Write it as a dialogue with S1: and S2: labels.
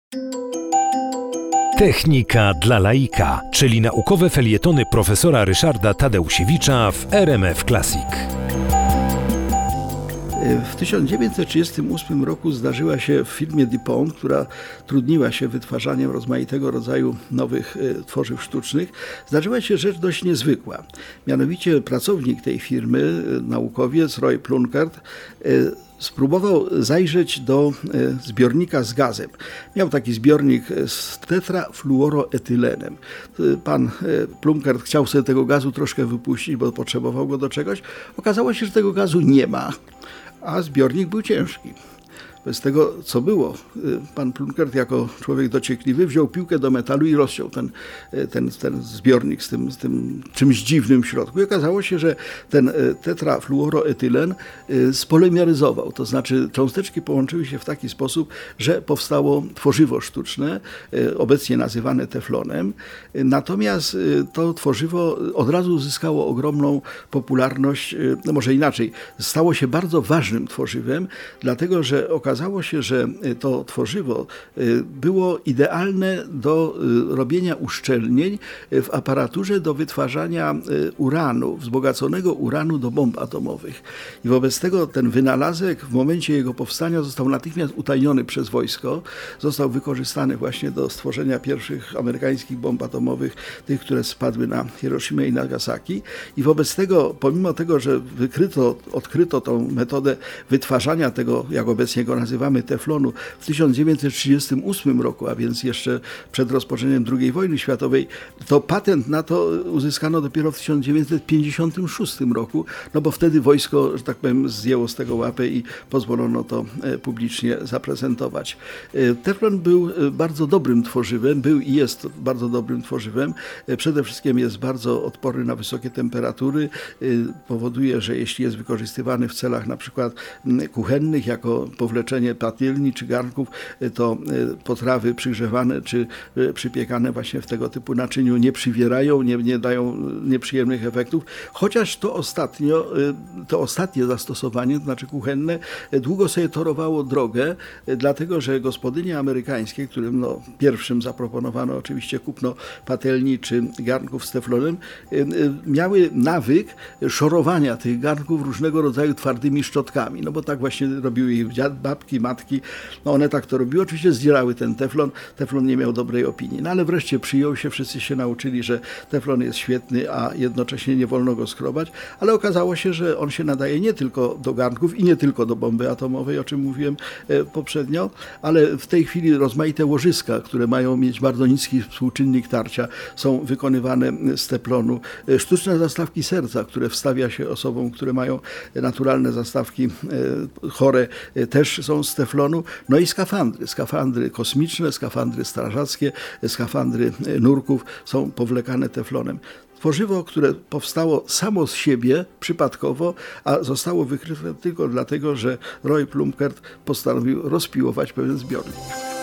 S1: Technika dla laika, czyli naukowe felietony profesora Ryszarda Tadeusiewicza w RMF Classic.
S2: W 1938 roku zdarzyła się w firmie DuPont, która trudniła się wytwarzaniem rozmaitego rodzaju nowych tworzyw sztucznych, zdarzyła się rzecz dość niezwykła. Mianowicie pracownik tej firmy, naukowiec Roy Plunkett, spróbował zajrzeć do zbiornika z gazem. Miał taki zbiornik z tetrafluoroetylenem. Pan Plunkett chciał sobie tego gazu troszkę wypuścić, bo potrzebował go do czegoś. Okazało się, że tego gazu nie ma, a zbiornik był ciężki. Z tego, co było, pan Plunkett jako człowiek dociekliwy wziął piłkę do metalu i rozciął ten zbiornik z tym czymś dziwnym w środku. I okazało się, że ten tetrafluoroetylen spolymeryzował, to znaczy cząsteczki połączyły się w taki sposób, że powstało tworzywo sztuczne, obecnie nazywane teflonem. Natomiast to tworzywo od razu uzyskało ogromną popularność, no może inaczej, stało się bardzo ważnym tworzywem, dlatego że okazało się, że to tworzywo było idealne do robienia uszczelnień w aparaturze do wytwarzania uranu, wzbogaconego uranu do bomb atomowych. I wobec tego ten wynalazek w momencie jego powstania został natychmiast utajniony przez wojsko, został wykorzystany właśnie do stworzenia pierwszych amerykańskich bomb atomowych, tych, które spadły na Hiroshimę i Nagasaki. I wobec tego, pomimo tego, że odkryto tą metodę wytwarzania tego, jak obecnie go nazywamy, teflonu w 1938 roku, a więc jeszcze przed rozpoczęciem II wojny światowej, to patent na to uzyskano dopiero w 1956 roku, no bo wtedy wojsko, że tak powiem, zdjęło z tego łapę i pozwolono to publicznie zaprezentować. Teflon był bardzo dobrym tworzywem, był i jest bardzo dobrym tworzywem. Przede wszystkim jest bardzo odporny na wysokie temperatury. Powoduje, że jeśli jest wykorzystywany w celach na przykład kuchennych, jako powleczenie patelni czy garnków, to potrawy przygrzewane czy przypiekane właśnie w tego typu naczyniu nie przywierają, nie dają nieprzyjemnych efektów, chociaż to ostatnie zastosowanie, to znaczy kuchenne, długo sobie torowało drogę, dlatego że gospodynie amerykańskie, którym pierwszym zaproponowano oczywiście kupno patelni czy garnków z teflonem, miały nawyk szorowania tych garnków różnego rodzaju twardymi szczotkami, no bo tak właśnie robiły ich babki, matki, one tak to robiły, oczywiście zdzierały ten teflon nie miał dobrej opinii, no ale wreszcie przyjął się, wszyscy się nauczyli, że teflon jest świetny, a jednocześnie nie wolno go skrobać, ale okazało się, że on się nadaje nie tylko do garnków i nie tylko do bomby atomowej, o czym mówiłem poprzednio, ale w tej chwili rozmaite łożyska, które mają mieć bardzo niski współczynnik tarcia, są wykonywane z teflonu. Sztuczne zastawki serca, które wstawia się osobom, które mają naturalne zastawki chore, też są z teflonu. No i skafandry kosmiczne, skafandry strażackie, skafandry nurków są powlekane teflonem. Tworzywo, które powstało samo z siebie, przypadkowo, a zostało wykryte tylko dlatego, że Roy Plunkett postanowił rozpiłować pewien zbiornik.